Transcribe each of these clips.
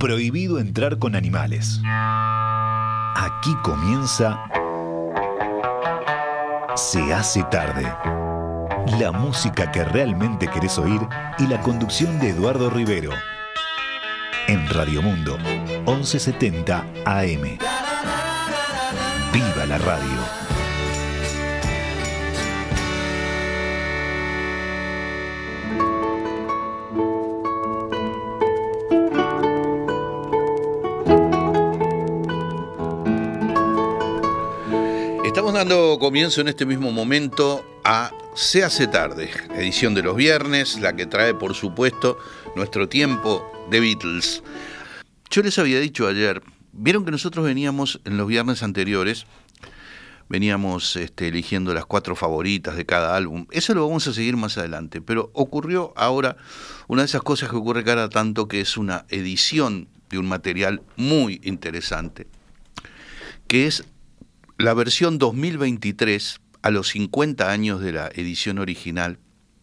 Prohibido entrar con animales. Aquí comienza Se hace tarde. La música que realmente querés oír y la conducción de Eduardo Rivero. En Radio Mundo, 1170 AM. ¡Viva la radio! Estamos dando comienzo en este mismo momento a Se hace tarde, edición de los viernes, la que trae, por supuesto, nuestro tiempo de Beatles. Yo les había dicho ayer, vieron que nosotros veníamos en los viernes anteriores, veníamos eligiendo las 4 favoritas de cada álbum. Eso lo vamos a seguir más adelante, pero ocurrió ahora una de esas cosas que ocurre cada tanto, que es una edición de un material muy interesante, que es la versión 2023, a los 50 años de la edición original,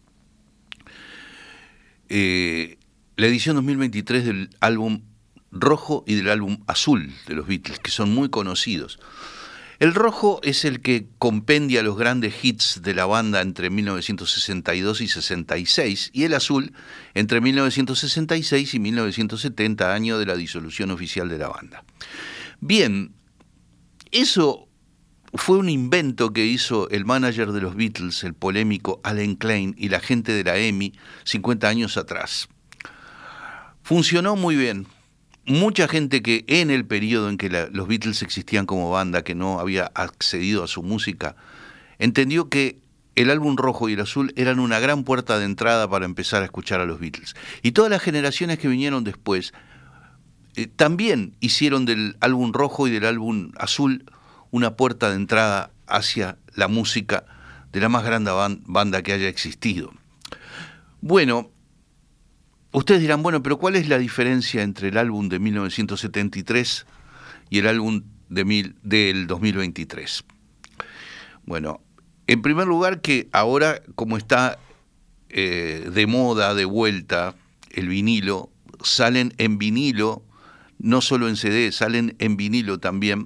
la edición 2023 del álbum rojo y del álbum azul de los Beatles, que son muy conocidos. El rojo es el que compendia los grandes hits de la banda entre 1962 y 66, y el azul entre 1966 y 1970, año de la disolución oficial de la banda. Bien, eso fue un invento que hizo el manager de los Beatles, el polémico Allen Klein, y la gente de la EMI 50 años atrás. Funcionó muy bien. Mucha gente que en el periodo en que los Beatles existían como banda, que no había accedido a su música, entendió que el álbum rojo y el azul eran una gran puerta de entrada para empezar a escuchar a los Beatles. Y todas las generaciones que vinieron después también hicieron del álbum rojo y del álbum azul una puerta de entrada hacia la música de la más grande banda que haya existido. Bueno, ustedes dirán, bueno, pero ¿cuál es la diferencia entre el álbum de 1973 y el álbum del 2023? Bueno, en primer lugar, que ahora, como está de moda, de vuelta, el vinilo, salen en vinilo, no solo en CD, salen en vinilo también.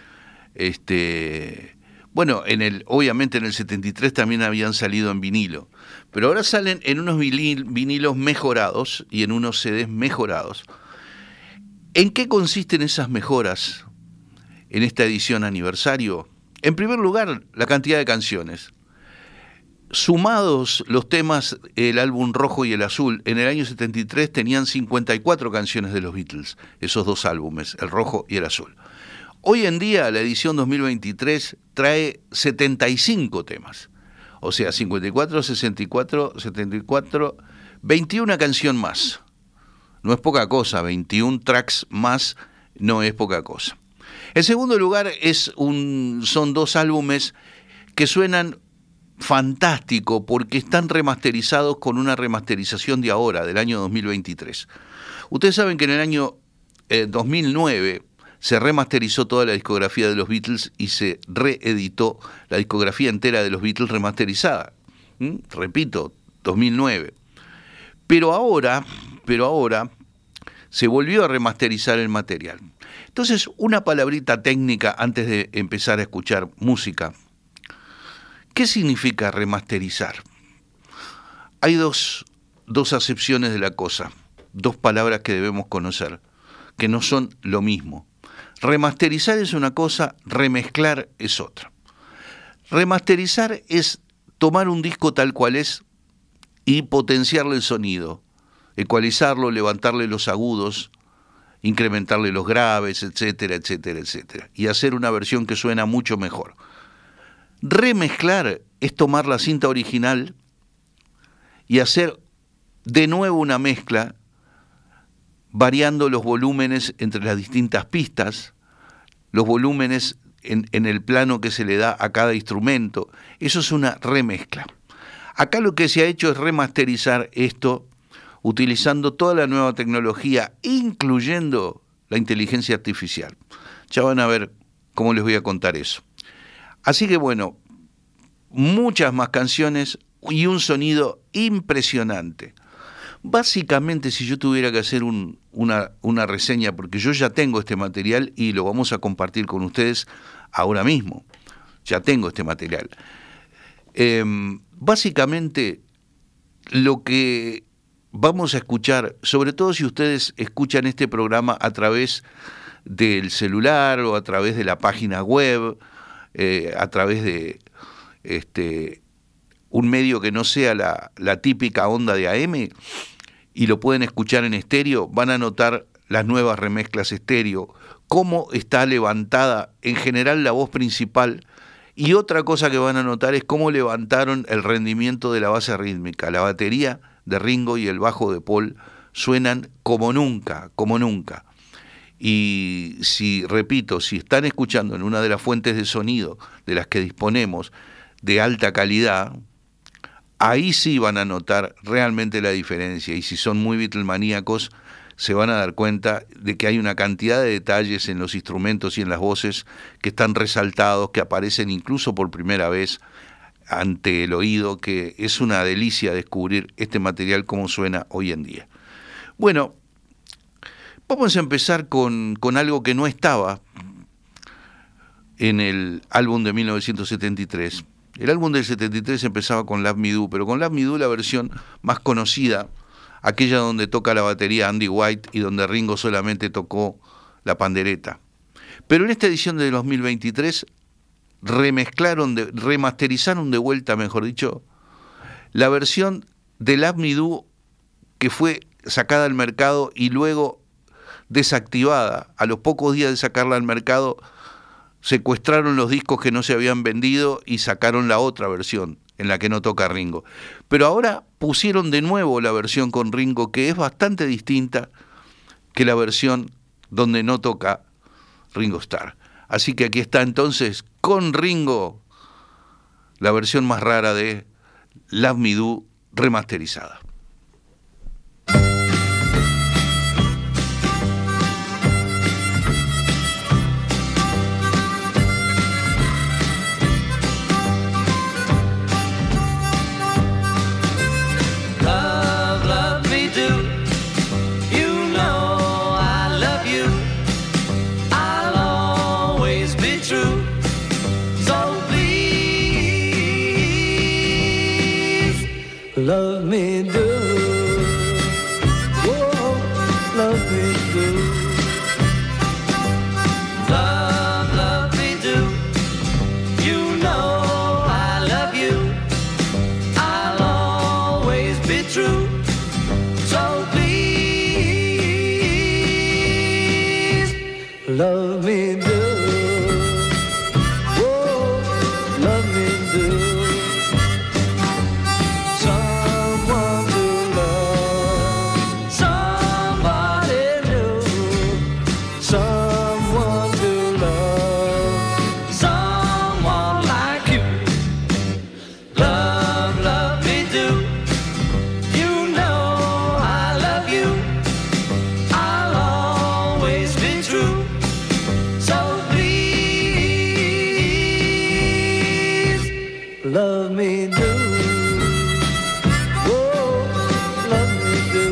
Bueno, obviamente en el 73 también habían salido en vinilo, pero ahora salen en unos vinilos mejorados y en unos CDs mejorados. ¿En qué consisten esas mejoras en esta edición aniversario? En primer lugar, la cantidad de canciones. Sumados los temas, el álbum rojo y el azul, en el año 73 tenían 54 canciones de los Beatles, esos dos álbumes, el rojo y el azul. Hoy en día la edición 2023 trae 75 temas, o sea, 54, 64, 74, 21 canción más. No es poca cosa, 21 tracks más no es poca cosa. En segundo lugar, son 2 álbumes que suenan fantástico porque están remasterizados con una remasterización de ahora, del año 2023. Ustedes saben que en el año 2009... se remasterizó toda la discografía de los Beatles y se reeditó la discografía entera de los Beatles remasterizada. Repito, 2009. Pero ahora se volvió a remasterizar el material. Entonces, una palabrita técnica antes de empezar a escuchar música. ¿Qué significa remasterizar? Hay dos acepciones de la cosa, 2 palabras que debemos conocer, que no son lo mismo. Remasterizar es una cosa, remezclar es otra. Remasterizar es tomar un disco tal cual es y potenciarle el sonido, ecualizarlo, levantarle los agudos, incrementarle los graves, etcétera, etcétera, etcétera, y hacer una versión que suena mucho mejor. Remezclar es tomar la cinta original y hacer de nuevo una mezcla, variando los volúmenes entre las distintas pistas, los volúmenes en el plano que se le da a cada instrumento. Eso es una remezcla. Acá lo que se ha hecho es remasterizar esto utilizando toda la nueva tecnología, incluyendo la inteligencia artificial. Ya van a ver cómo les voy a contar eso. Así que bueno, muchas más canciones y un sonido impresionante. Básicamente, si yo tuviera que hacer una reseña, porque yo ya tengo este material y lo vamos a compartir con ustedes ahora mismo, ya tengo este material. Básicamente, lo que vamos a escuchar, sobre todo si ustedes escuchan este programa a través del celular o a través de la página web, a través de un medio que no sea la típica onda de AM, y lo pueden escuchar en estéreo, van a notar las nuevas remezclas estéreo, cómo está levantada en general la voz principal, y otra cosa que van a notar es cómo levantaron el rendimiento de la base rítmica. La batería de Ringo y el bajo de Paul suenan como nunca, como nunca. Y si están escuchando en una de las fuentes de sonido de las que disponemos de alta calidad, ahí sí van a notar realmente la diferencia. Y si son muy Beatlemaníacos, se van a dar cuenta de que hay una cantidad de detalles en los instrumentos y en las voces que están resaltados, que aparecen incluso por primera vez ante el oído, que es una delicia descubrir este material como suena hoy en día. Bueno, vamos a empezar con algo que no estaba en el álbum de 1973. El álbum del 73 empezaba con Love Me Do, pero con Love Me Do la versión más conocida, aquella donde toca la batería Andy White y donde Ringo solamente tocó la pandereta. Pero en esta edición de 2023 remasterizaron de vuelta, mejor dicho, la versión de Love Me Do que fue sacada al mercado y luego desactivada. A los pocos días de sacarla al mercado, secuestraron los discos que no se habían vendido y sacaron la otra versión, en la que no toca Ringo. Pero ahora pusieron de nuevo la versión con Ringo, que es bastante distinta que la versión donde no toca Ringo Starr. Así que aquí está entonces, con Ringo, la versión más rara de Love Me Do remasterizada. Love me do, whoa, love me do. Love me do. You know I love you. I'll always be true. So please, love me do. Whoa, love me do. Love me do, oh, love me do.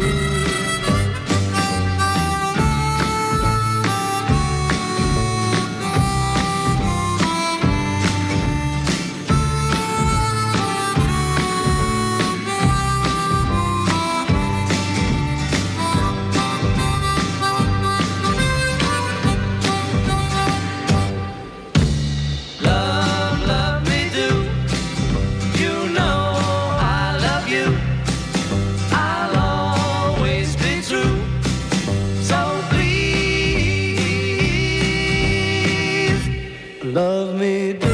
Love me do,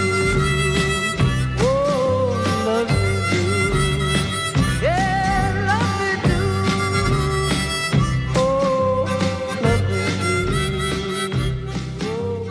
oh, love me do, yeah, love me do, oh, love me do, oh.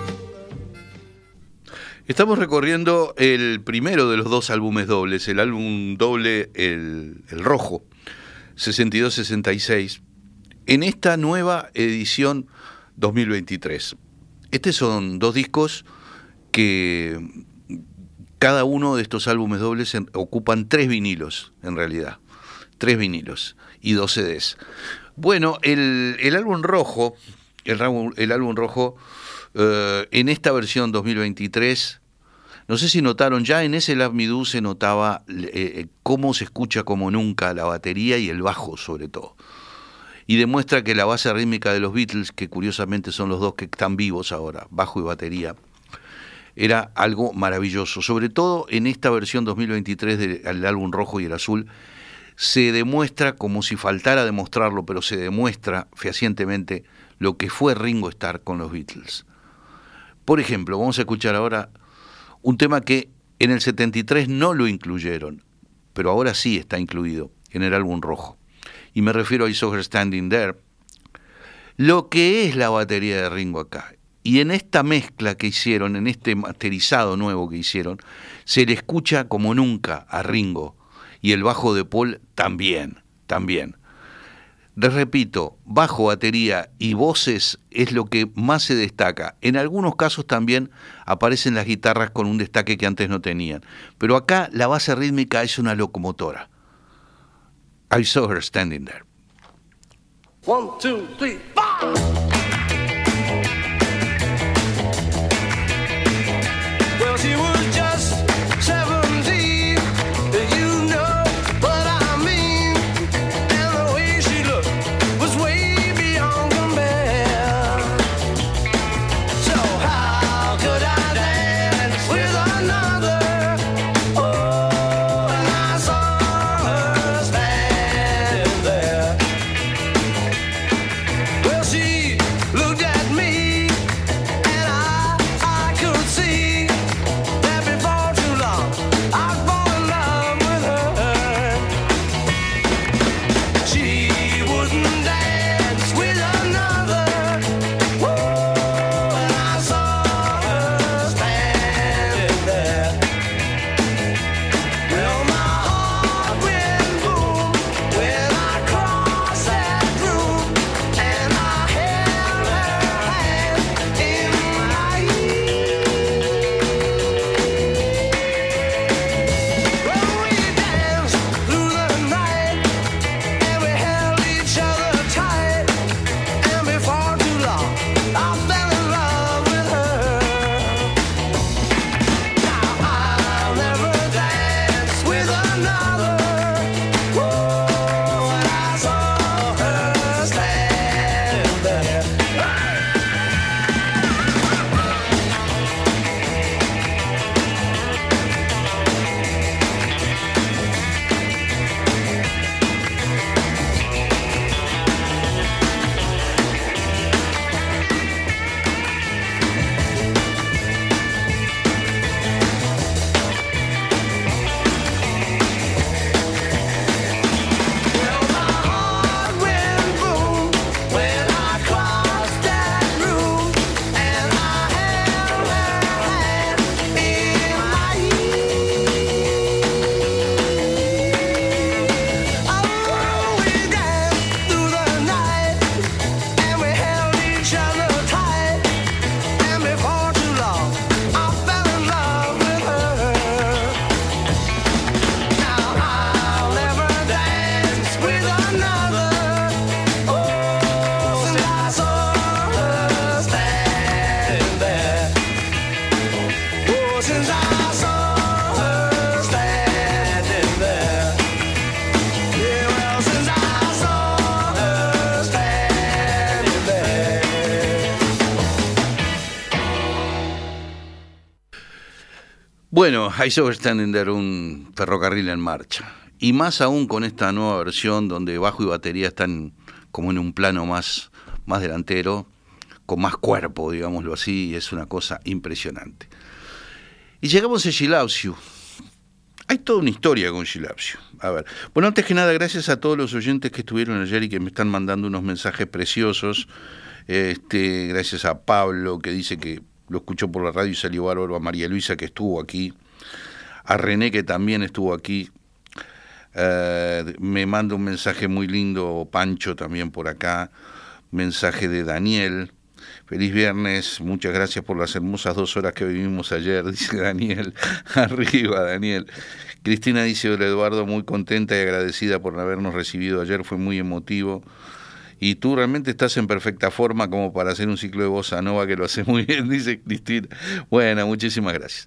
Estamos recorriendo el primero de los dos álbumes dobles, el álbum doble, el rojo, 62-66, en esta nueva edición 2023. Estos son dos discos que cada uno de estos álbumes dobles ocupan 3 vinilos, en realidad. 3 vinilos y 2 CDs. Bueno, el álbum rojo, el álbum rojo, en esta versión 2023, no sé si notaron, ya en ese Love Me Do se notaba cómo se escucha como nunca la batería y el bajo sobre todo. Y demuestra que la base rítmica de los Beatles, que curiosamente son los dos que están vivos ahora, bajo y batería, era algo maravilloso. Sobre todo en esta versión 2023 del álbum rojo y el azul, se demuestra, como si faltara demostrarlo, pero se demuestra fehacientemente lo que fue Ringo Starr con los Beatles. Por ejemplo, vamos a escuchar ahora un tema que en el 73 no lo incluyeron, pero ahora sí está incluido en el álbum rojo. Y me refiero a I Saw Her Standing There, lo que es la batería de Ringo acá. Y en esta mezcla que hicieron, en este masterizado nuevo que hicieron, se le escucha como nunca a Ringo. Y el bajo de Paul también. Les repito, bajo, batería y voces es lo que más se destaca. En algunos casos también aparecen las guitarras con un destaque que antes no tenían. Pero acá la base rítmica es una locomotora. I Saw Her Standing There. 1, 2, 3, 4. Well, she was just 17, you know what I mean. And the way she looked was way beyond compare. So how could I dance with another? Oh, and I saw her standing there. Well, she looked at me, and I could see that before too long I'd fall in love with her. She wouldn't dance with another. Whoa, and I saw her standing there. Well, my heart went boom when I crossed that room, and I held her hand in mine. Well, we danced through the night, and we held each other tight, and before too long I fell in love with her. Now I'll never dance with another. Whoa, and I saw her standing there. Well, my heart went boom when I crossed that room, and I held her hand in mine. Oh, we danced through the night, and we held each other tight, and before too long I fell in love with her. Now I'll never dance with another. Oh, since I saw her standing there. Oh, since I saw her standing there. Yeah, well, since I saw her standing there. Bueno, I Saw Her Standing There, un ferrocarril en marcha. Y más aún con esta nueva versión donde bajo y batería están como en un plano más delantero, con más cuerpo, digámoslo así, y es una cosa impresionante. Y llegamos a She Loves You. Hay toda una historia con She Loves You. A ver, bueno, antes que nada, gracias a todos los oyentes que estuvieron ayer y que me están mandando unos mensajes preciosos. Gracias a Pablo, que dice que lo escuchó por la radio y salió bárbaro, a María Luisa, que estuvo aquí, a René, que también estuvo aquí. Me manda un mensaje muy lindo, Pancho también por acá, mensaje de Daniel, Feliz viernes, muchas gracias por las hermosas 2 horas que vivimos ayer, dice Daniel. Arriba, Daniel. Cristina dice: hola Eduardo, muy contenta y agradecida por habernos recibido ayer, fue muy emotivo. Y tú realmente estás en perfecta forma como para hacer un ciclo de bossa nova, que lo hace muy bien, dice Cristina. Bueno, muchísimas gracias.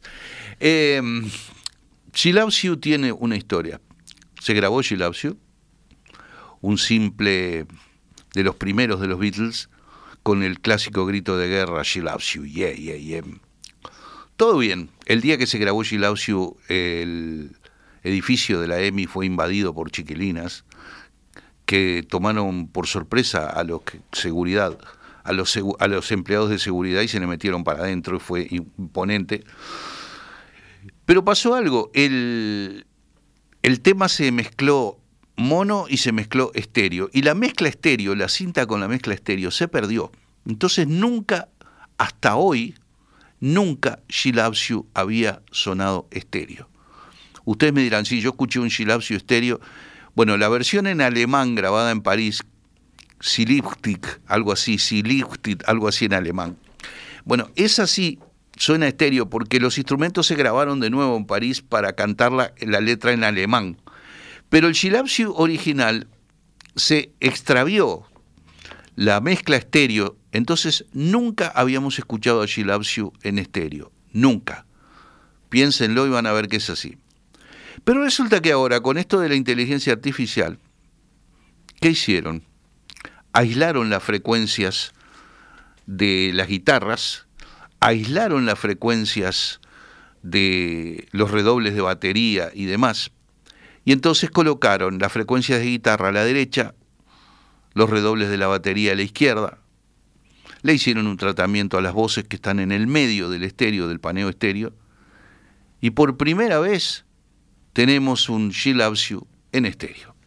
She Loves You tiene una historia. Se grabó She Loves You, un simple de los primeros de los Beatles, con el clásico grito de guerra, She Loves You, yeah, yeah, yeah. Todo bien. El día que se grabó She Loves You, el edificio de la EMI fue invadido por chiquilinas que tomaron por sorpresa a los seguridad, a los empleados de seguridad, y se le metieron para adentro, y fue imponente. Pero pasó algo, el tema se mezcló mono y se mezcló estéreo, y la mezcla estéreo, la cinta con la mezcla estéreo se perdió. Entonces nunca, hasta hoy, nunca She Loves You había sonado estéreo. Ustedes me dirán, sí, yo escuché un She Loves You estéreo. Bueno, la versión en alemán grabada en París, Siliptik, algo así en alemán. Bueno, esa sí suena estéreo porque los instrumentos se grabaron de nuevo en París para cantar la letra en alemán. Pero el She Loves You original se extravió, la mezcla estéreo, entonces nunca habíamos escuchado a She Loves You en estéreo, nunca. Piénsenlo y van a ver que es así. Pero resulta que ahora, con esto de la inteligencia artificial, ¿qué hicieron? Aislaron las frecuencias de las guitarras, aislaron las frecuencias de los redobles de batería y demás, y entonces colocaron las frecuencias de guitarra a la derecha, los redobles de la batería a la izquierda, le hicieron un tratamiento a las voces que están en el medio del estéreo, del paneo estéreo, y por primera vez tenemos un She Loves You en estéreo.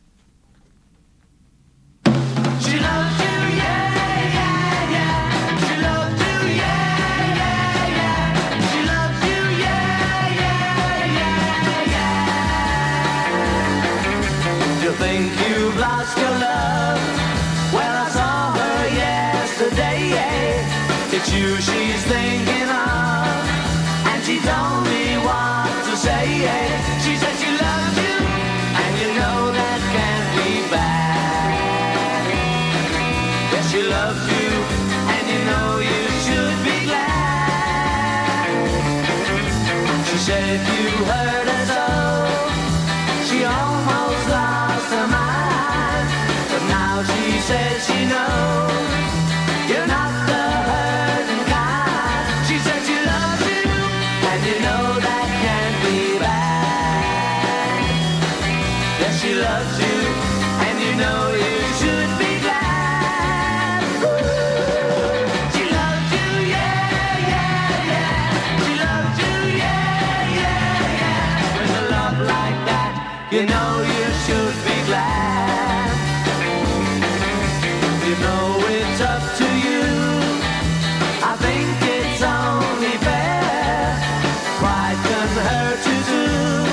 She loves you, yeah, yeah, yeah. She loves you, yeah, yeah, yeah. She loves you, yeah, yeah, yeah, yeah. You think you've lost your love? Well, I saw her yesterday, yeah. It's you she's thinking of, and she told me what to say, yeah. She said she loves you, and you know that can't be bad. Yes, she loves you, and you know you should be glad. She said you heard her so, she almost lost her mind. But now she says she knows you're not the hurting kind. She said she loves you, and you know that can't be bad. Yes, she loves you, and you know you should be glad. Ooh. She loves you, yeah, yeah, yeah. She loves you, yeah, yeah, yeah. With a love like that, you know you should be glad. You know it's up to you. I think it's only fair. Pride can hurt you too.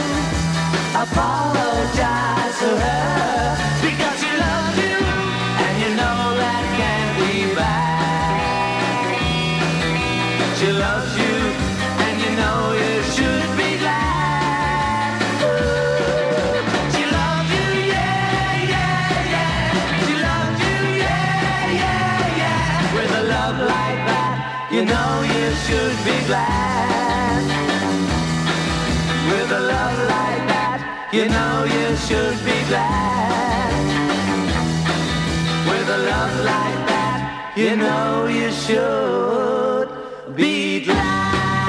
Apologize to her because she loves you, and you know that can't be bad. She loves you, and you know you should be glad. Ooh. She loves you, yeah, yeah, yeah. She loves you, yeah, yeah, yeah. With a love like that, you know you should be glad. With a love like that, you know you should be glad. With a love like that, you know you should be glad.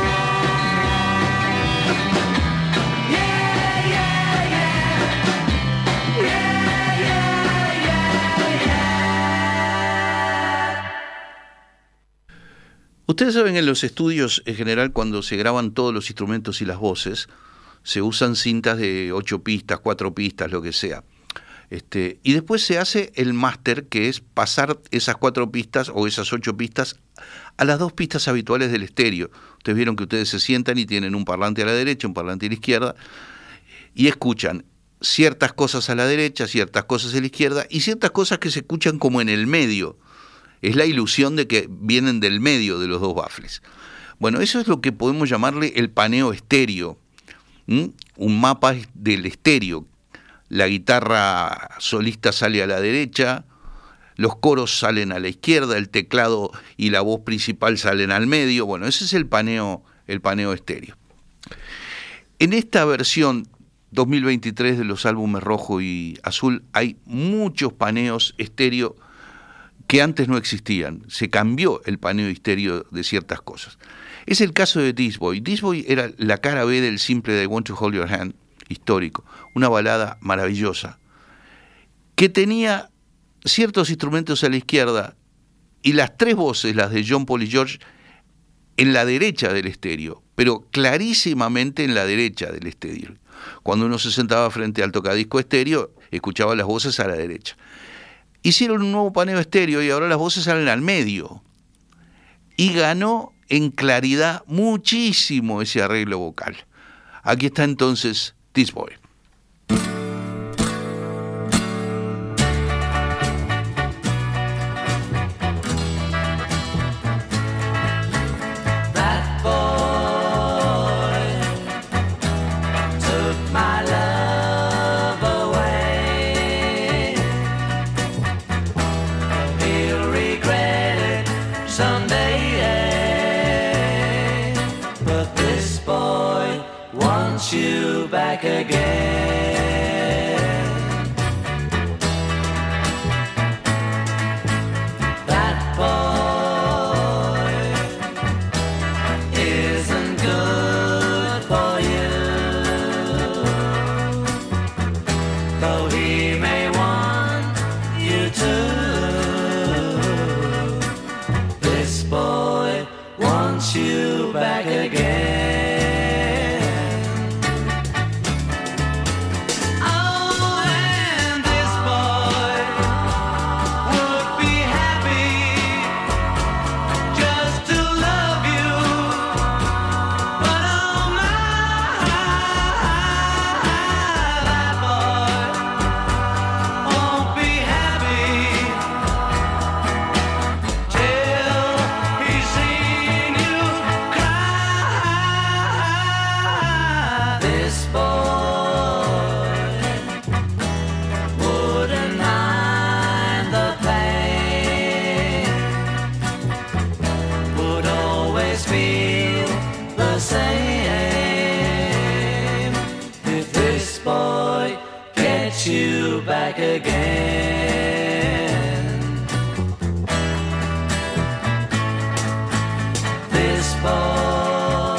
Yeah, yeah, yeah. Yeah, yeah, yeah, yeah. Ustedes saben, en los estudios en general, cuando se graban todos los instrumentos y las voces, se usan cintas de 8 pistas, 4 pistas, lo que sea. Y después se hace el máster, que es pasar esas 4 pistas o esas 8 pistas a las 2 pistas habituales del estéreo. Ustedes vieron que ustedes se sientan y tienen un parlante a la derecha, un parlante a la izquierda, y escuchan ciertas cosas a la derecha, ciertas cosas a la izquierda, y ciertas cosas que se escuchan como en el medio. Es la ilusión de que vienen del medio de los dos baffles. Bueno, eso es lo que podemos llamarle el paneo estéreo, un mapa del estéreo. La guitarra solista sale a la derecha, los coros salen a la izquierda, el teclado y la voz principal salen al medio. Bueno, ese es el paneo estéreo. En esta versión 2023 de los álbumes Rojo y Azul hay muchos paneos estéreo que antes no existían. Se cambió el paneo estéreo de ciertas cosas. Es el caso de This Boy. This Boy era la cara B del simple de I Want to Hold Your Hand, histórico, una balada maravillosa, que tenía ciertos instrumentos a la izquierda y las tres voces, las de John, Paul y George, en la derecha del estéreo, pero clarísimamente en la derecha del estéreo. Cuando uno se sentaba frente al tocadisco estéreo, escuchaba las voces a la derecha. Hicieron un nuevo paneo estéreo y ahora las voces salen al medio. Y ganó en claridad muchísimo ese arreglo vocal. Aquí está entonces This Boy. Back again. That boy isn't good for you, though he may want you to. This boy wants you back again. Back again. This boy,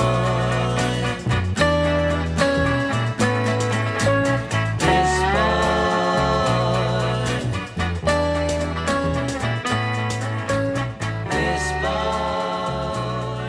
this boy, this boy.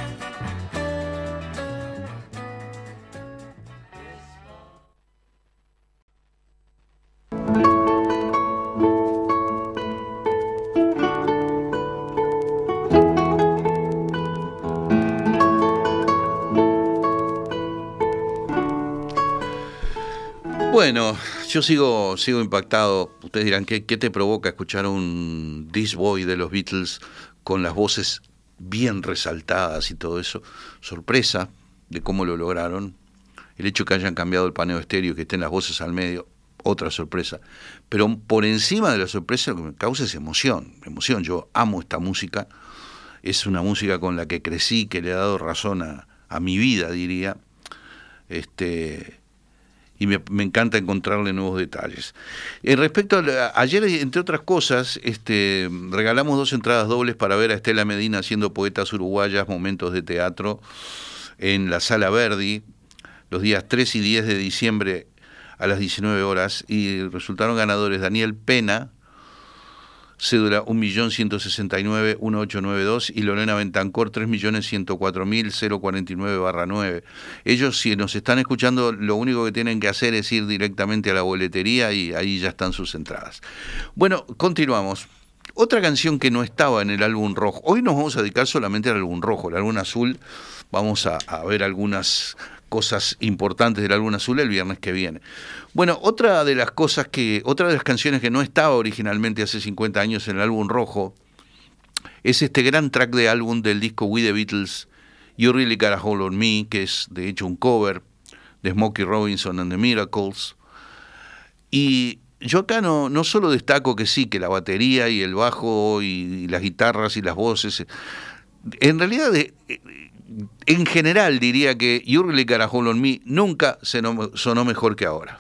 Bueno, yo sigo impactado. Ustedes dirán, ¿qué te provoca escuchar un This Boy de los Beatles con las voces bien resaltadas y todo eso? Sorpresa de cómo lo lograron. El hecho que hayan cambiado el paneo estéreo y que estén las voces al medio, otra sorpresa. Pero por encima de la sorpresa lo que me causa es emoción. Yo amo esta música. Es una música con la que crecí, que le ha dado razón a mi vida, diría. Y me encanta encontrarle nuevos detalles. Respecto a ayer, entre otras cosas, regalamos 2 entradas dobles para ver a Estela Medina haciendo Poetas Uruguayas, Momentos de Teatro, en la Sala Verdi, los días 3 y 10 de diciembre a las 19 horas, y resultaron ganadores Daniel Pena, cédula 1.169.1892, y Lorena Bentancor 3.104.049/9. Ellos, si nos están escuchando, lo único que tienen que hacer es ir directamente a la boletería y ahí ya están sus entradas. Bueno, continuamos. Otra canción que no estaba en el álbum rojo. Hoy nos vamos a dedicar solamente al álbum rojo. El álbum azul, vamos a ver algunas cosas importantes del álbum azul el viernes que viene. Bueno, otra de las canciones que no estaba originalmente hace 50 años en el álbum rojo, es este gran track de álbum del disco We the Beatles, You Really Got a Hold on Me, que es de hecho un cover de Smokey Robinson and the Miracles. Y yo acá no solo destaco que sí, que la batería y el bajo y las guitarras y las voces, en realidad, en general diría que You Really Got a Hold on Me nunca sonó mejor que ahora.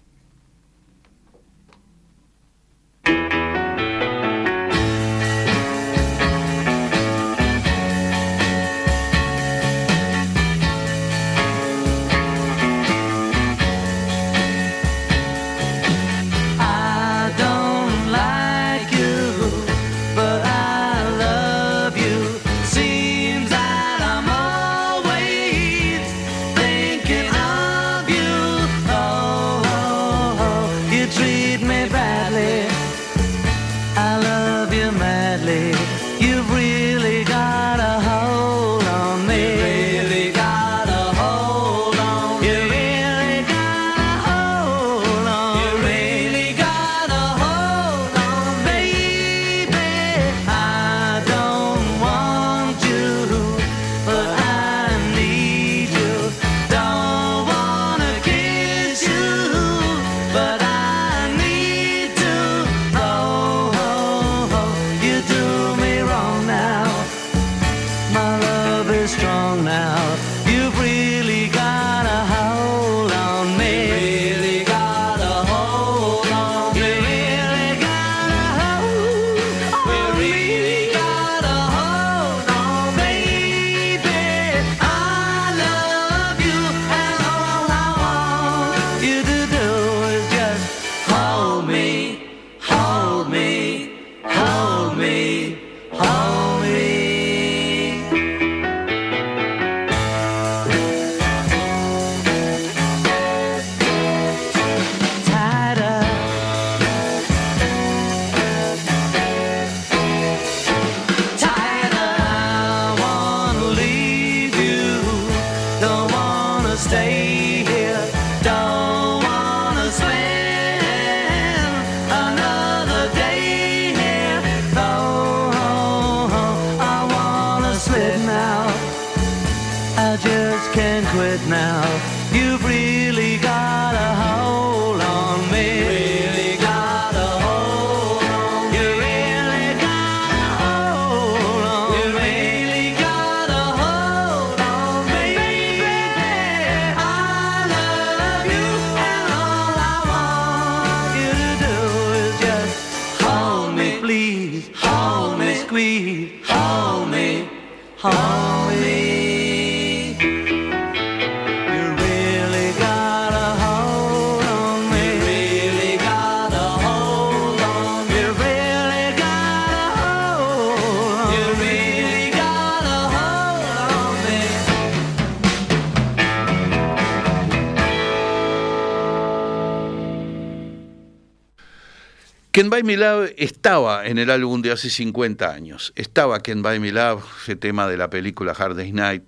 Can't Buy Me Love estaba en el álbum de hace 50 años. Estaba Can't Buy Me Love, ese tema de la película Hard Day's Night,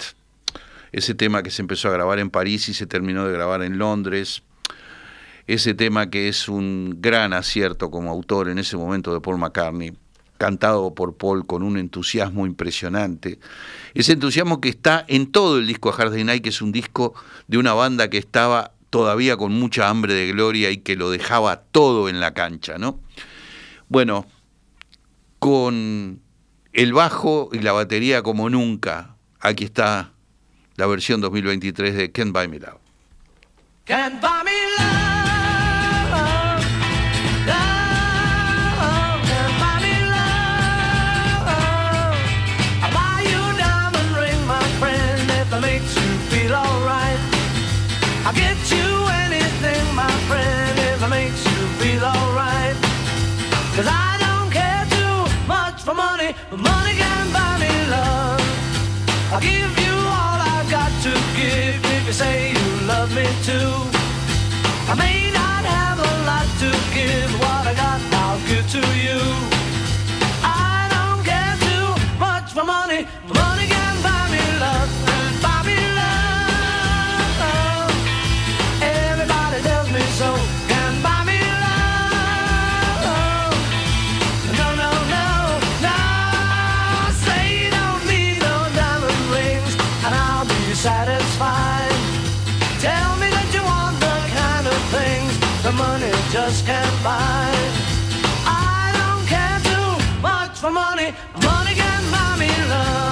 ese tema que se empezó a grabar en París y se terminó de grabar en Londres, ese tema que es un gran acierto como autor en ese momento de Paul McCartney, cantado por Paul con un entusiasmo impresionante, ese entusiasmo que está en todo el disco Hard Day's Night, que es un disco de una banda que estaba todavía con mucha hambre de gloria y que lo dejaba todo en la cancha, ¿no? Bueno, con el bajo y la batería como nunca, aquí está la versión 2023 de Can't Buy Me Love. Can't buy me love, love, can't buy me love. I'll buy you a diamond ring, my friend, if it makes you feel alright. I'll get you anything, my friend, if it makes you feel alright. 'Cause I don't care too much for money, but money can buy me love. I'll give you all I've got to give if you say you love me too. I may not have a lot to give, what I got I'll give to you. I don't care too much for money, but money can buy me love. Buy me love. Everybody tells me so. Can buy me love. No, no, no, no. for money. Money can buy me love.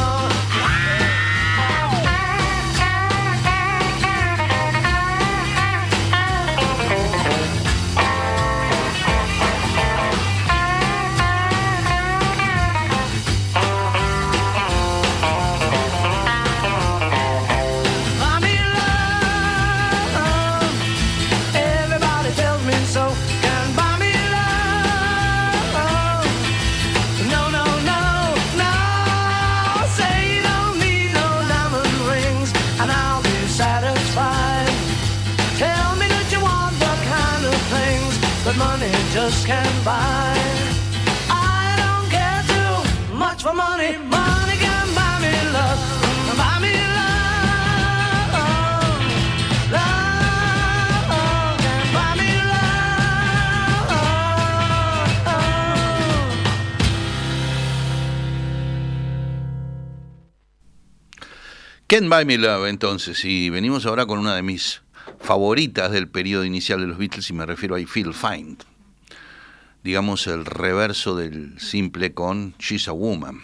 Buy me love. Everybody tells me so. Can buy me love. No, no, no, no. Say you don't need no diamond rings, and I'll be satisfied. Tell me that you want the kind of things that money just can't buy. I don't care too much for money. Money can buy me love. Buy me love. Love can buy me love. Can't Buy Me Love, entonces, y venimos ahora con una de mis favoritas del periodo inicial de los Beatles, y me refiero a I Feel Fine. Digamos, el reverso del simple con She's a Woman.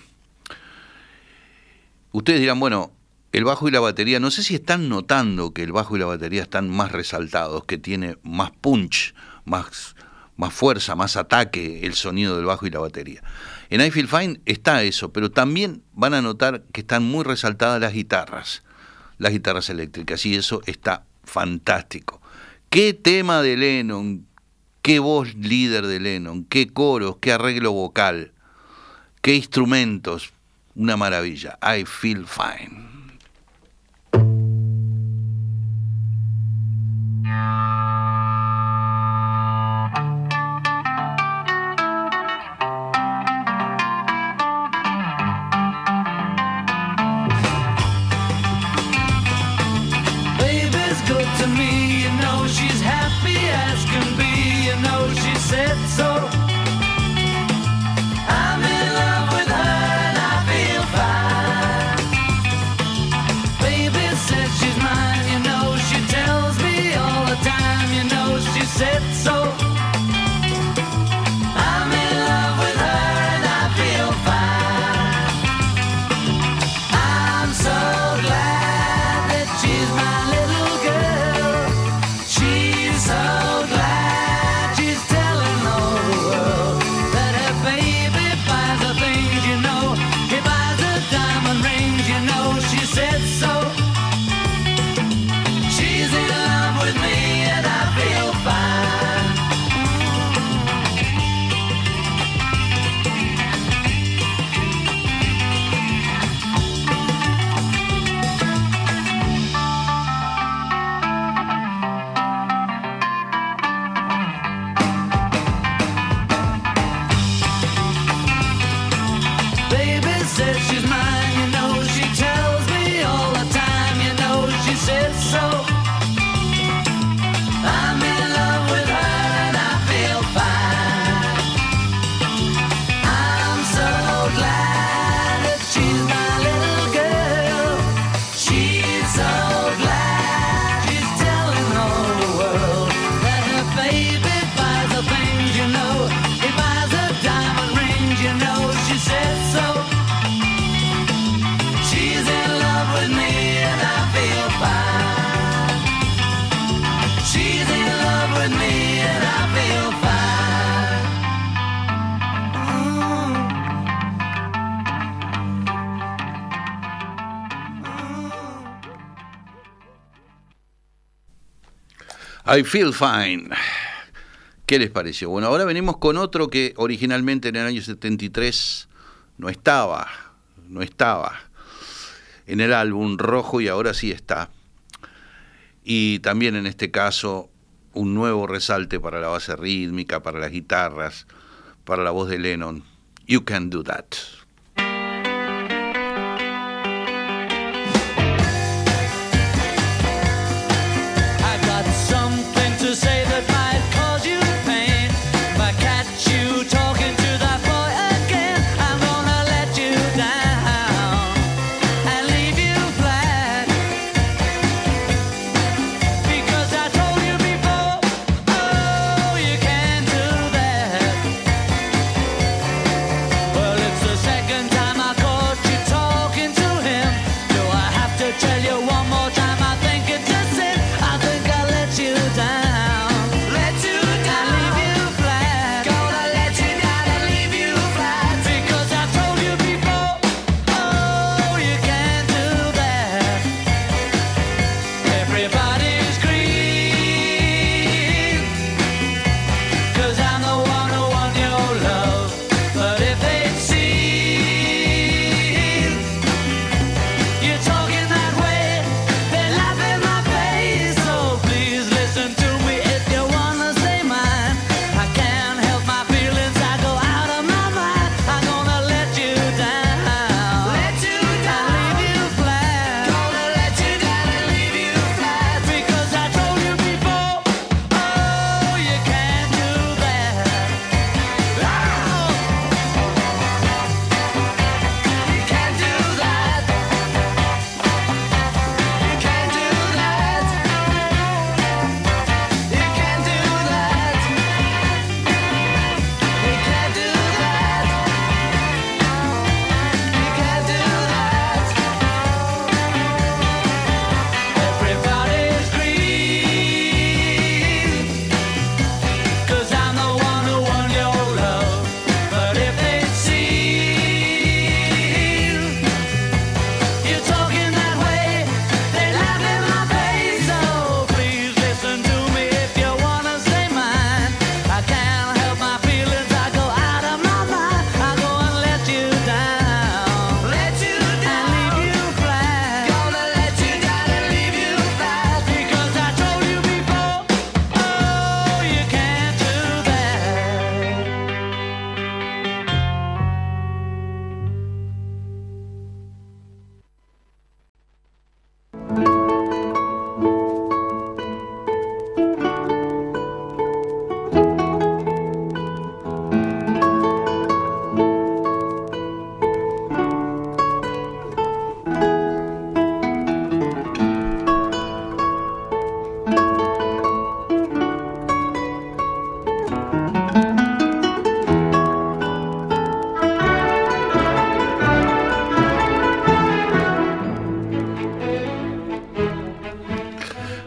Ustedes dirán, bueno, el bajo y la batería, no sé si están notando que el bajo y la batería están más resaltados, que tiene más punch, más fuerza, más ataque el sonido del bajo y la batería. En I Feel Fine está eso, pero también van a notar que están muy resaltadas las guitarras eléctricas, y eso está fantástico. Qué tema de Lennon, qué voz líder de Lennon, qué coros, qué arreglo vocal, qué instrumentos, una maravilla. I Feel Fine. Baby's good to me, you know she's happy as can be, you know she said so. I'm in love with her and I feel fine. Baby says she's mine, you know she tells me all the time, you know she said so. I'm in love with her and I feel fine. I'm so glad that she's my little girl. She's so glad she's telling all the world that her baby buys her things, you know. He buys her diamond rings, you know. She said so. She's in love with me and I feel fine. Baby says she's mine, you know. She tells me all the time, you know. She says so. I'm in love with her and I feel fine. I'm so glad that she's my little girl. She's so glad she's telling all the world that her baby buys her things, you know. He buys her diamond rings, you know. She says so. She's in love with me and I feel fine. She's in love with me and I feel fine. I Feel Fine. ¿Qué les pareció? Bueno, ahora venimos con otro que originalmente en el año 73 no estaba en el álbum rojo, y ahora sí está. Y también en este caso un nuevo resalte para la base rítmica, para las guitarras, para la voz de Lennon. You Can Do That. I got something to say that might cause you pain. If I catch you talking to that boy again, I'm gonna let you down and leave you flat. Because I told you before, oh, you can't do that.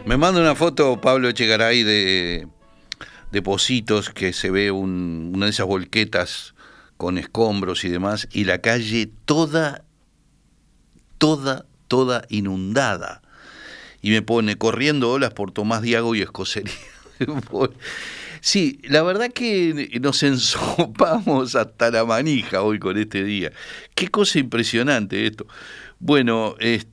Me manda una foto Pablo Echegaray de Positos, que se ve una de esas volquetas con escombros y demás, y la calle toda inundada. Y me pone corriendo olas por Tomás Diago y Escocería. Sí, la verdad que nos ensopamos hasta la manija hoy con este día. Qué cosa impresionante esto. Bueno,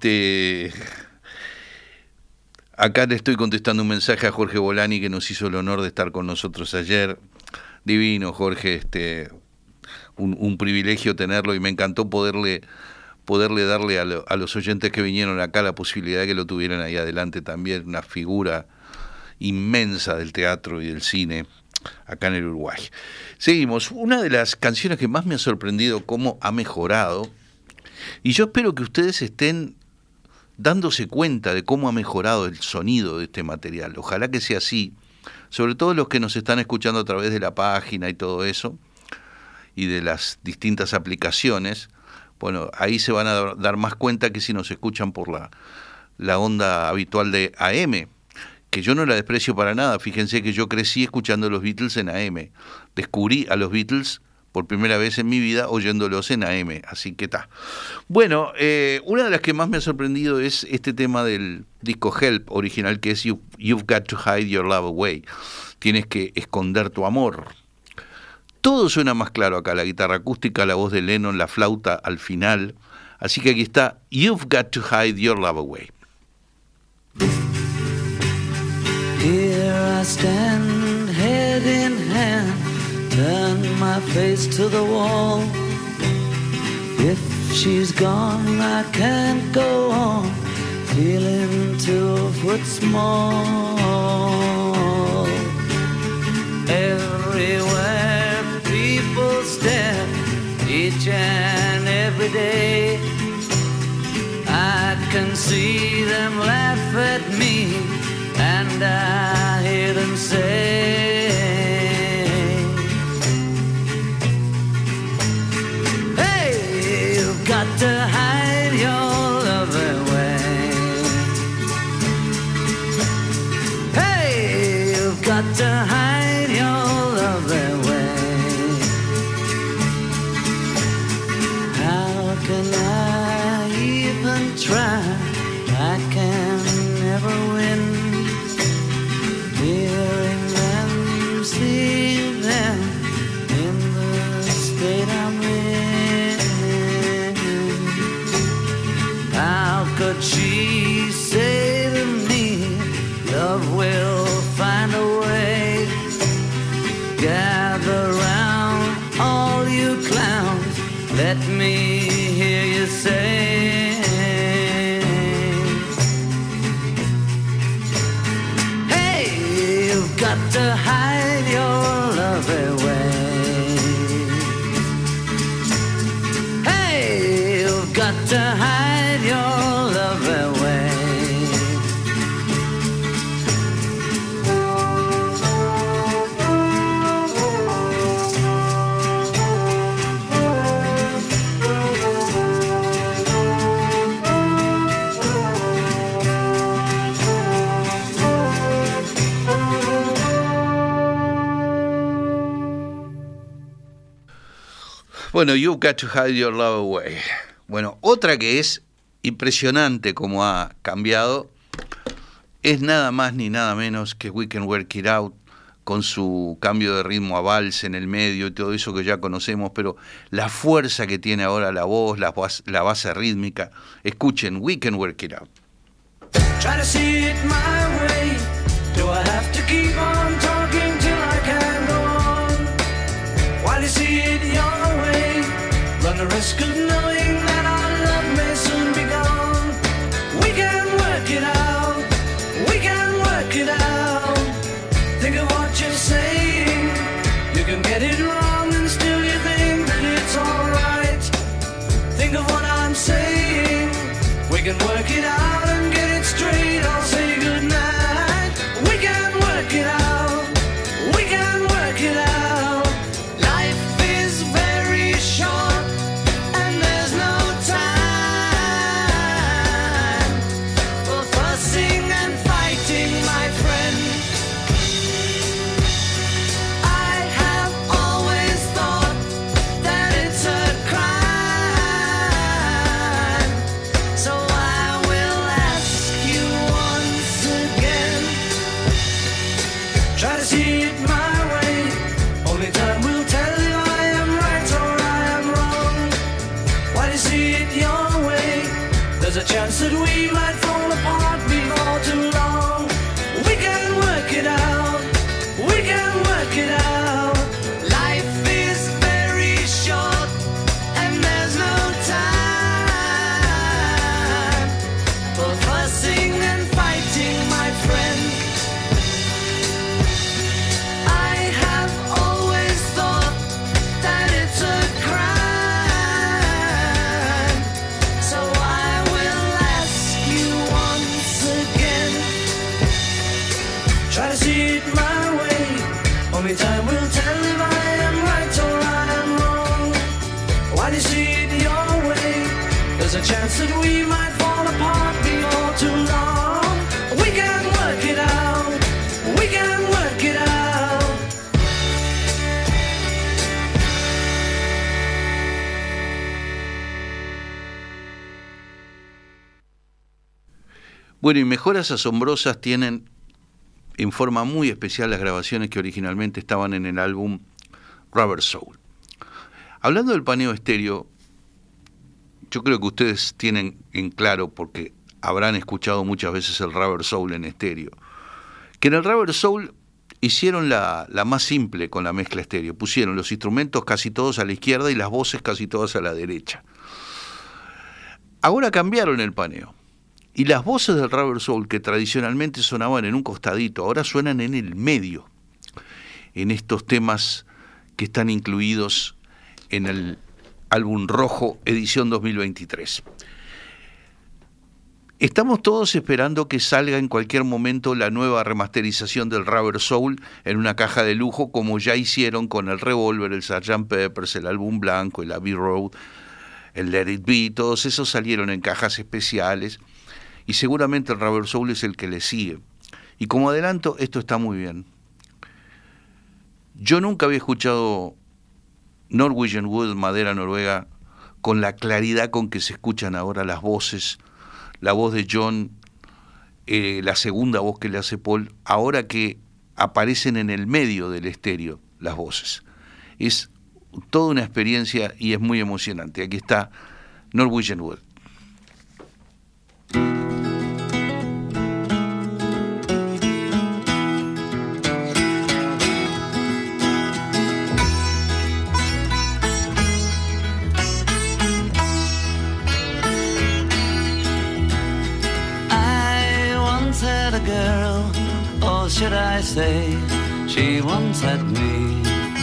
acá le estoy contestando un mensaje a Jorge Bolani, que nos hizo el honor de estar con nosotros ayer. Divino, Jorge, un privilegio tenerlo, y me encantó poderle darle a los oyentes que vinieron acá la posibilidad de que lo tuvieran ahí adelante también, una figura inmensa del teatro y del cine acá en el Uruguay. Seguimos. Una de las canciones que más me ha sorprendido cómo ha mejorado, y yo espero que ustedes estén dándose cuenta de cómo ha mejorado el sonido de este material. Ojalá que sea así, sobre todo los que nos están escuchando a través de la página y todo eso, y de las distintas aplicaciones. Bueno, ahí se van a dar más cuenta que si nos escuchan por la onda habitual de AM, que yo no la desprecio para nada. Fíjense que yo crecí escuchando los Beatles en AM. Descubrí a los Beatles por primera vez en mi vida oyéndolos en AM, así que está. Bueno, una de las que más me ha sorprendido es este tema del disco Help original, que es You've Got to Hide Your Love Away. Tienes que esconder tu amor. Todo suena más claro acá, la guitarra acústica, la voz de Lennon, la flauta al final. Así que aquí está You've Got to Hide Your Love Away. Here I stand, head in hand, turn my face to the wall. If she's gone, I can't go on, feeling 2 foot small. Everywhere people stare, each and every day, I can see them laugh at me, and I hear them say, hey, you've got to hide your love away. Hey, you've got to hide your love away. How can I even try? I can never win. Hearing them, seeing them in the state I'm in. How could she say to me, love will find a way? Gather round, all you clowns, let me hear you say, got to hide your love away. Hey, you've got to hide your love away. Bueno, You've Got to Hide Your Love Away. Bueno, otra que es impresionante como ha cambiado es nada más ni nada menos que We Can Work It Out, con su cambio de ritmo a vals en el medio y todo eso que ya conocemos, pero la fuerza que tiene ahora la voz, la base rítmica. Escuchen, We Can Work It Out. Try to see it my way. Do I have to keep on talking till I can go on? While you see it your way, run the risk of knowing that our love may soon be gone. We can work it out. We can work it out. Think of what you're saying. You can get it wrong and still you think that it's alright. Think of what I'm saying. We can work it out and get it straight. I'll say goodnight. We can work it out. We can work it out. Life is very short and There's a chance that we might fall apart before too long. We can work it out. We can work it out. Life is very short and there's no time for fussing and fighting, my friend. I have always thought that it's a crime, so I will ask you once again. Try to see it my way. Only time will tell if I am right or I am wrong. Why do you see it your way? There's a chance that we might fall apart before too long. We can work it out. We can work it out. Bueno, y Mejoras Asombrosas tienen en forma muy especial las grabaciones que originalmente estaban en el álbum Rubber Soul. Hablando del paneo estéreo, yo creo que ustedes tienen en claro, porque habrán escuchado muchas veces el Rubber Soul en estéreo, que en el Rubber Soul hicieron la más simple con la mezcla estéreo. Pusieron los instrumentos casi todos a la izquierda y las voces casi todas a la derecha. Ahora cambiaron el paneo. Y las voces del Rubber Soul, que tradicionalmente sonaban en un costadito, ahora suenan en el medio, en estos temas que están incluidos en el álbum rojo, edición 2023. Estamos todos esperando que salga en cualquier momento la nueva remasterización del Rubber Soul en una caja de lujo, como ya hicieron con el Revolver, el Sgt. Pepper's, el álbum blanco, el Abbey Road, el Let It Be. Todos esos salieron en cajas especiales. Y seguramente el Rubber Soul es el que le sigue. Y como adelanto, esto está muy bien. Yo nunca había escuchado Norwegian Wood, madera noruega, con la claridad con que se escuchan ahora las voces, la voz de John, la segunda voz que le hace Paul, ahora que aparecen en el medio del estéreo las voces. Es toda una experiencia y es muy emocionante. Aquí está Norwegian Wood. Should I say, she once had me.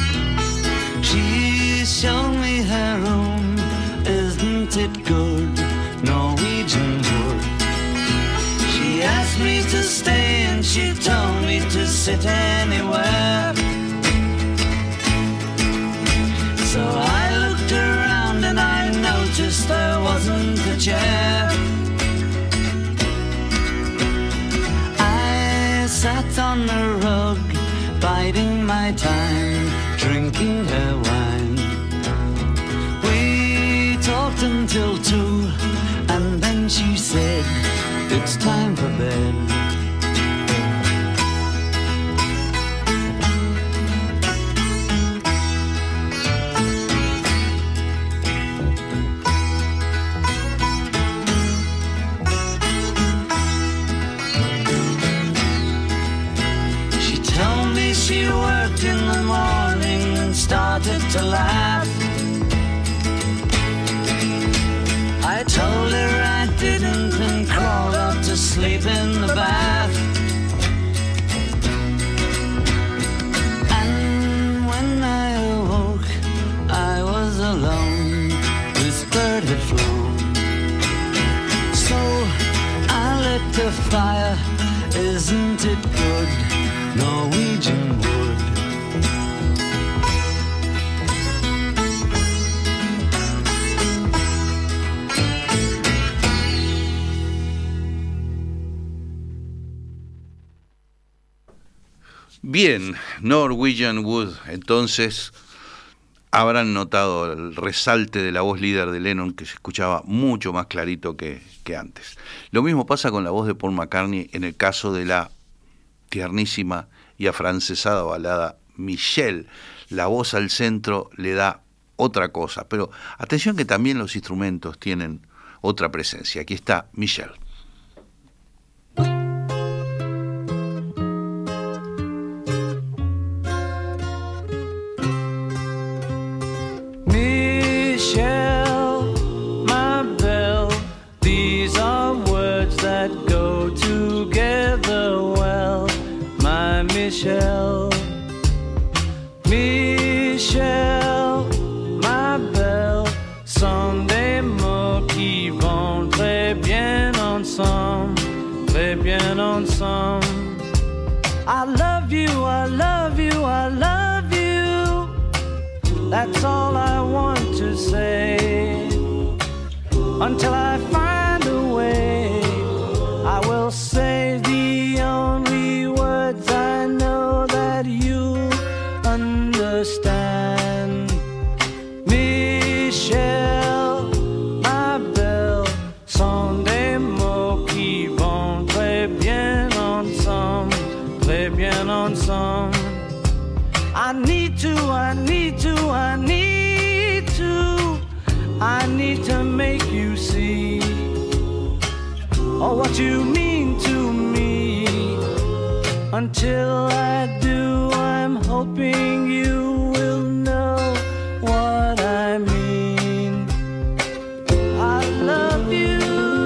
She showed me her room, isn't it good, Norwegian wood. She asked me to stay and she told me to sit anywhere. So I looked around and I noticed there wasn't a chair. Sat on the rug, biding my time, drinking her wine. We talked until 2, and then she said, it's time for bed. She worked in the morning and started to laugh. I told her I didn't and crawled out to sleep in the bath. And when I awoke, I was alone, this bird had flown. So I lit the fire, isn't it good, Norwegian wood. Bien, Norwegian Wood. Entonces habrán notado el resalte de la voz líder de Lennon, que se escuchaba mucho más clarito que antes. Lo mismo pasa con la voz de Paul McCartney en el caso de la tiernísima y afrancesada balada Michelle. La voz al centro le da otra cosa, pero atención que también los instrumentos tienen otra presencia. Aquí está Michelle. Michelle, my belle, these are words that go together well, my Michelle. Michelle, my belle, Sunday mots qui vont très bien ensemble, très bien ensemble. I love you, I love you, I love you. That's all I want to say. Until I find a way, I will say the only words I know that you understand. Michelle, ma belle, sont des mots qui vont très bien ensemble, très bien ensemble. I need to, I need to, I need to, I need to make you see, oh, what you mean to me. Until I do, I'm hoping you will know what I mean. I love you.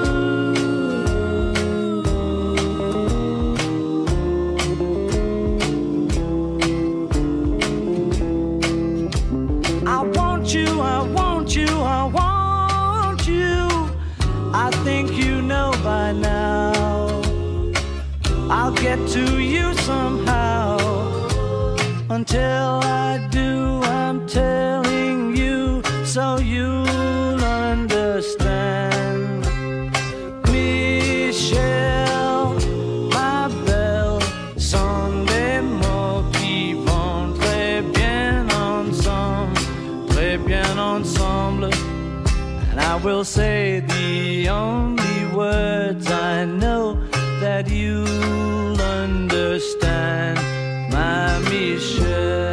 I want you, I want you, I want you. I think you know by now. I'll get to you somehow. Until I do, I'm telling you so you'll understand. Michelle, ma belle, sont des mots qui vont très bien ensemble, très bien ensemble. And I will say the only words I know that you'll understand, my Michelle.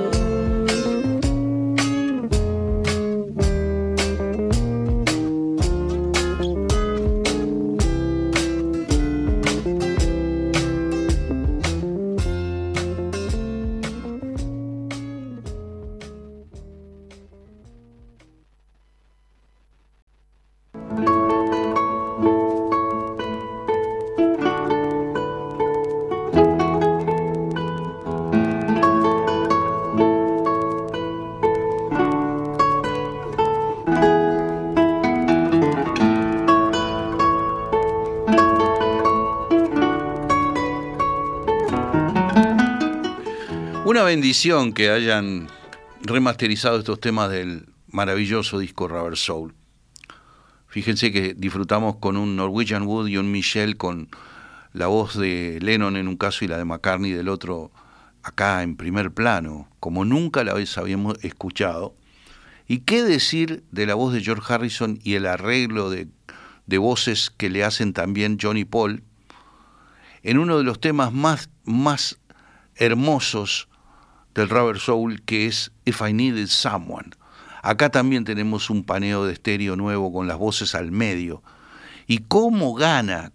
Una bendición que hayan remasterizado estos temas del maravilloso disco Rubber Soul. Fíjense que disfrutamos con un Norwegian Wood y un Michelle con la voz de Lennon en un caso y la de McCartney del otro, acá en primer plano, como nunca la vez habíamos escuchado. ¿Y qué decir de la voz de George Harrison y el arreglo de voces que le hacen también John y Paul en uno de los temas más hermosos del Rubber Soul, que es If I Needed Someone? Acá también tenemos un paneo de estéreo nuevo con las voces al medio. Y cómo gana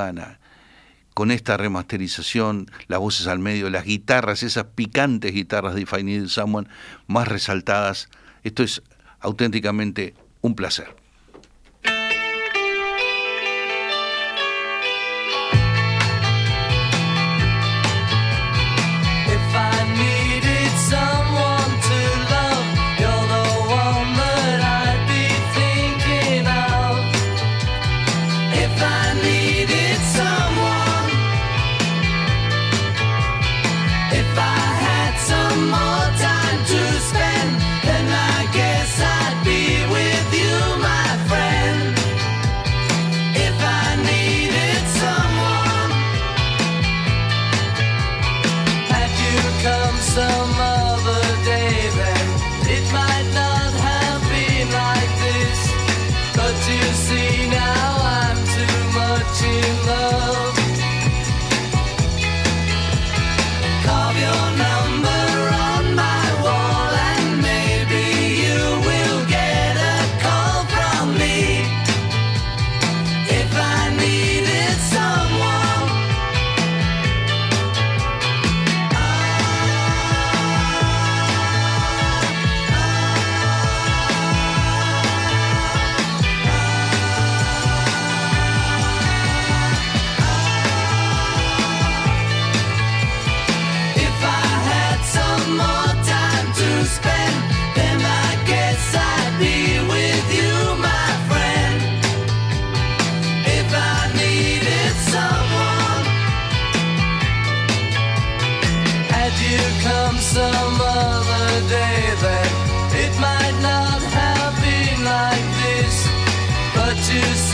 con esta remasterización, las voces al medio, las guitarras, esas picantes guitarras de If I Needed Someone más resaltadas. Esto es auténticamente un placer. More time to spend, then I guess I'd be with you, my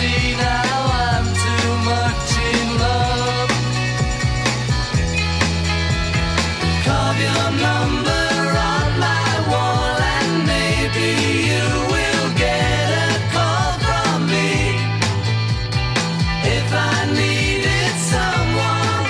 see now I'm too much in love. Carve your number on my wall and maybe you will get a call from me. If I needed someone,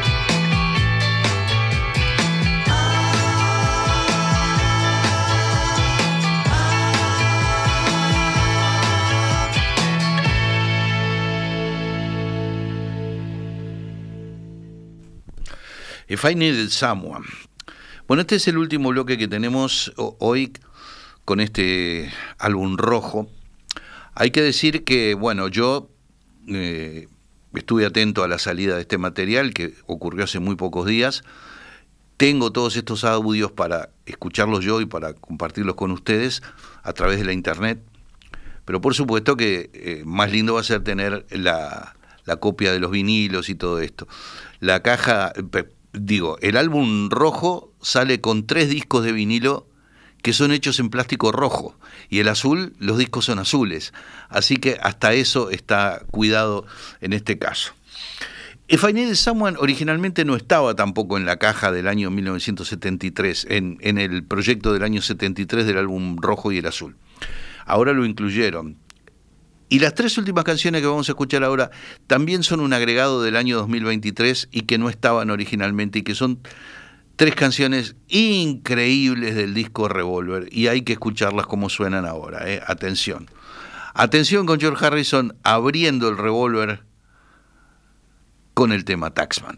If I Needed Someone. Bueno, este es el último bloque que tenemos hoy con este álbum rojo. Hay que decir que, bueno, yo estuve atento a la salida de este material que ocurrió hace muy pocos días. Tengo todos estos audios para escucharlos yo y para compartirlos con ustedes a través de la internet. Pero por supuesto que más lindo va a ser tener la copia de los vinilos y todo esto. La caja, el álbum rojo sale con 3 discos de vinilo que son hechos en plástico rojo, y el azul, los discos son azules. Así que hasta eso está cuidado en este caso. If I Needed Someone originalmente no estaba tampoco en la caja del año 1973, en el proyecto del año 73 del álbum rojo y el azul. Ahora lo incluyeron. Y las 3 últimas canciones que vamos a escuchar ahora también son un agregado del año 2023 y que no estaban originalmente, y que son 3 canciones increíbles del disco Revolver, y hay que escucharlas como suenan ahora. Atención. Atención con George Harrison abriendo el Revolver con el tema Taxman.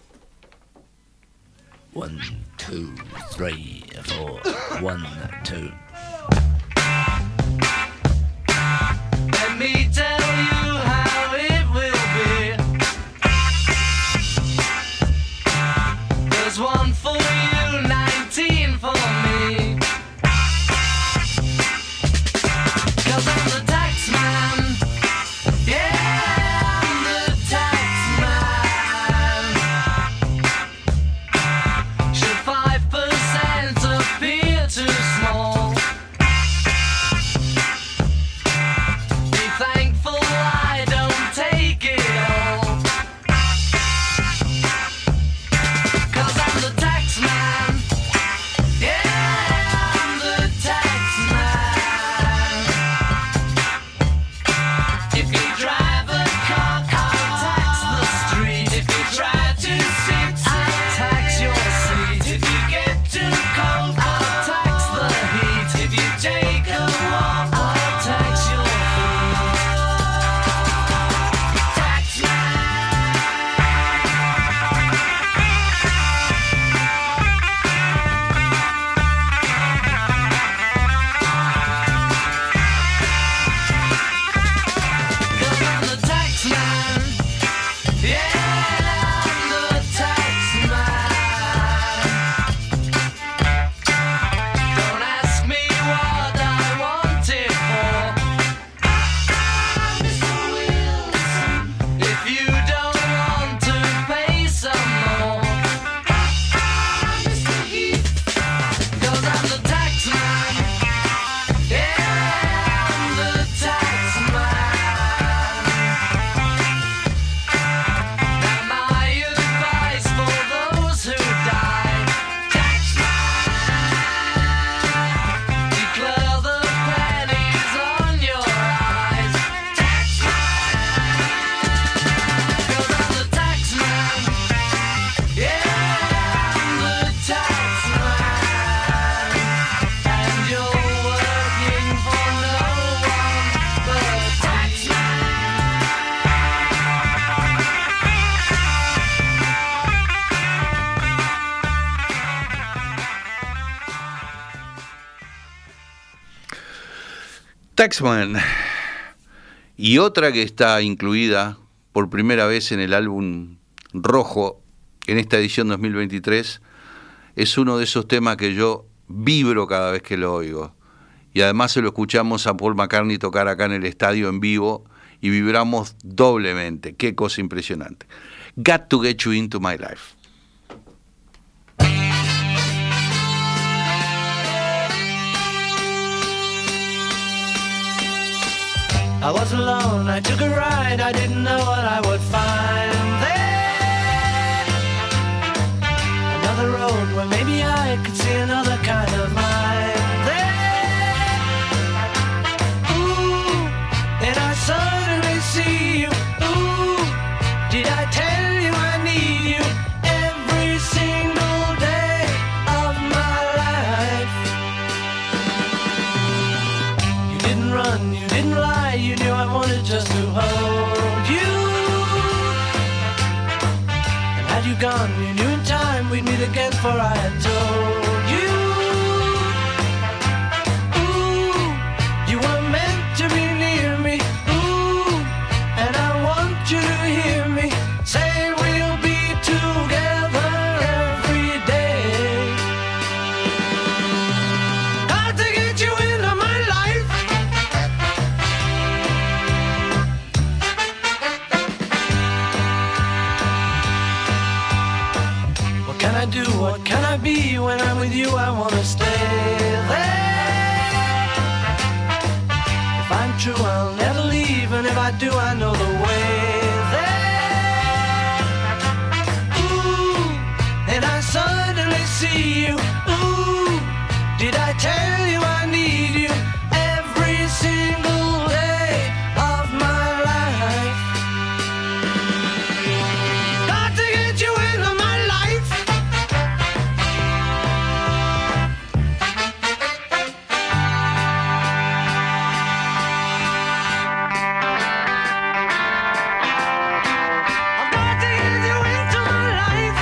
1, 2, 3, 4. 1, 2. let me tell you how it will be. There's 1 for you, 19 for me. 'Cause I'm the tax man. Yeah, I'm the tax man. Should 5% appear too small? Be thankful I don't take it all. 'Cause I'm the tax man. Yeah, I'm the tax man. If you drive a car, I'll tax the street. If you try to sit, I'll tax your seat. If you get too cold, I'll tax the heat. If you take a walk, I'll tax your feet. Tax man. Cause I'm the tax man. Yeah, I'm the tax man. Don't ask me what I want it for. Mr. Wilson, if you don't want to pay some more. Mr. Heath, 'cause I'm the tax man. Yeah, I'm the tax man. Now my advice for those who die: tax man, declare the pennies on your eyes. Tax man, 'cause I'm the tax man. Yeah, I'm the tax man. And you're working for no one but tax man. Taxman. Y otra que está incluida por primera vez en el álbum rojo en esta edición 2023 es uno de esos temas que yo vibro cada vez que lo oigo. Y además se lo escuchamos a Paul McCartney tocar acá en el estadio en vivo y vibramos doblemente. Qué cosa impresionante. Got to Get You Into My Life. I was alone, I took a ride, I didn't know what I would find there. Another road where maybe I could see another kind of mind there. Ooh, and I suddenly see you. Ooh, did I tell you I need you every single day of my life? You didn't run, you didn't lie, you knew I wanted just to hold you. And had you gone, you knew in time we'd meet again, for I had told you. Ooh, you were meant to be near me. Ooh, and I want you to hear me say we'll be together every day. Got to get you into my life. What can I do? What can I be? When I'm with you, I wanna stay there. If I'm true, I'll never leave, and if I do, I know the way there. Ooh, and I suddenly see you. Ooh, did I tell you I need you every single day of my life? Got to get you into my life. I've got to get you into my life.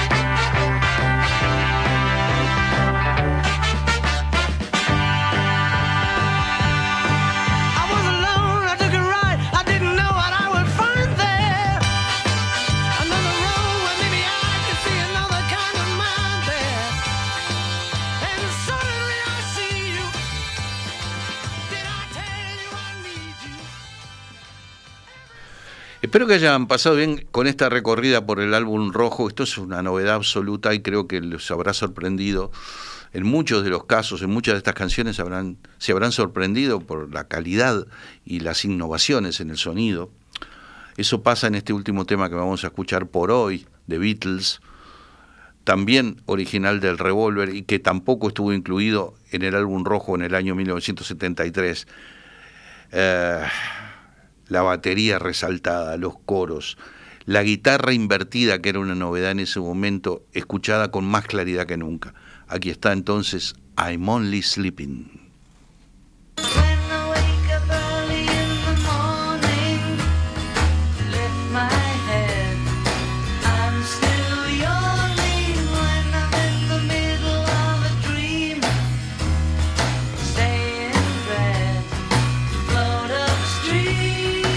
I was alone, I took a ride, I didn't know what I would find there. Another road where maybe I could see another kind of mind there. And suddenly I see you. Did I tell you I need you? Espero que hayan pasado bien con esta recorrida por el álbum rojo. Esto es una novedad absoluta y creo que les habrá sorprendido. En muchos de los casos, en muchas de estas canciones se habrán sorprendido por la calidad y las innovaciones en el sonido. Eso pasa en este último tema que vamos a escuchar por hoy, de Beatles, también original del Revolver y que tampoco estuvo incluido en el álbum rojo en el año 1973. La batería resaltada, los coros, la guitarra invertida, que era una novedad en ese momento, escuchada con más claridad que nunca. Aquí está entonces I'm Only Sleeping. When I wake up early in the morning, lift my head, I'm still yawning. When I'm in the middle of a dream, stay in bed, float upstream.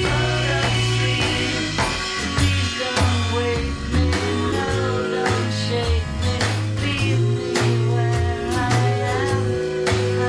Please don't wake me, no, don't shake me, leave me where I am.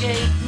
shake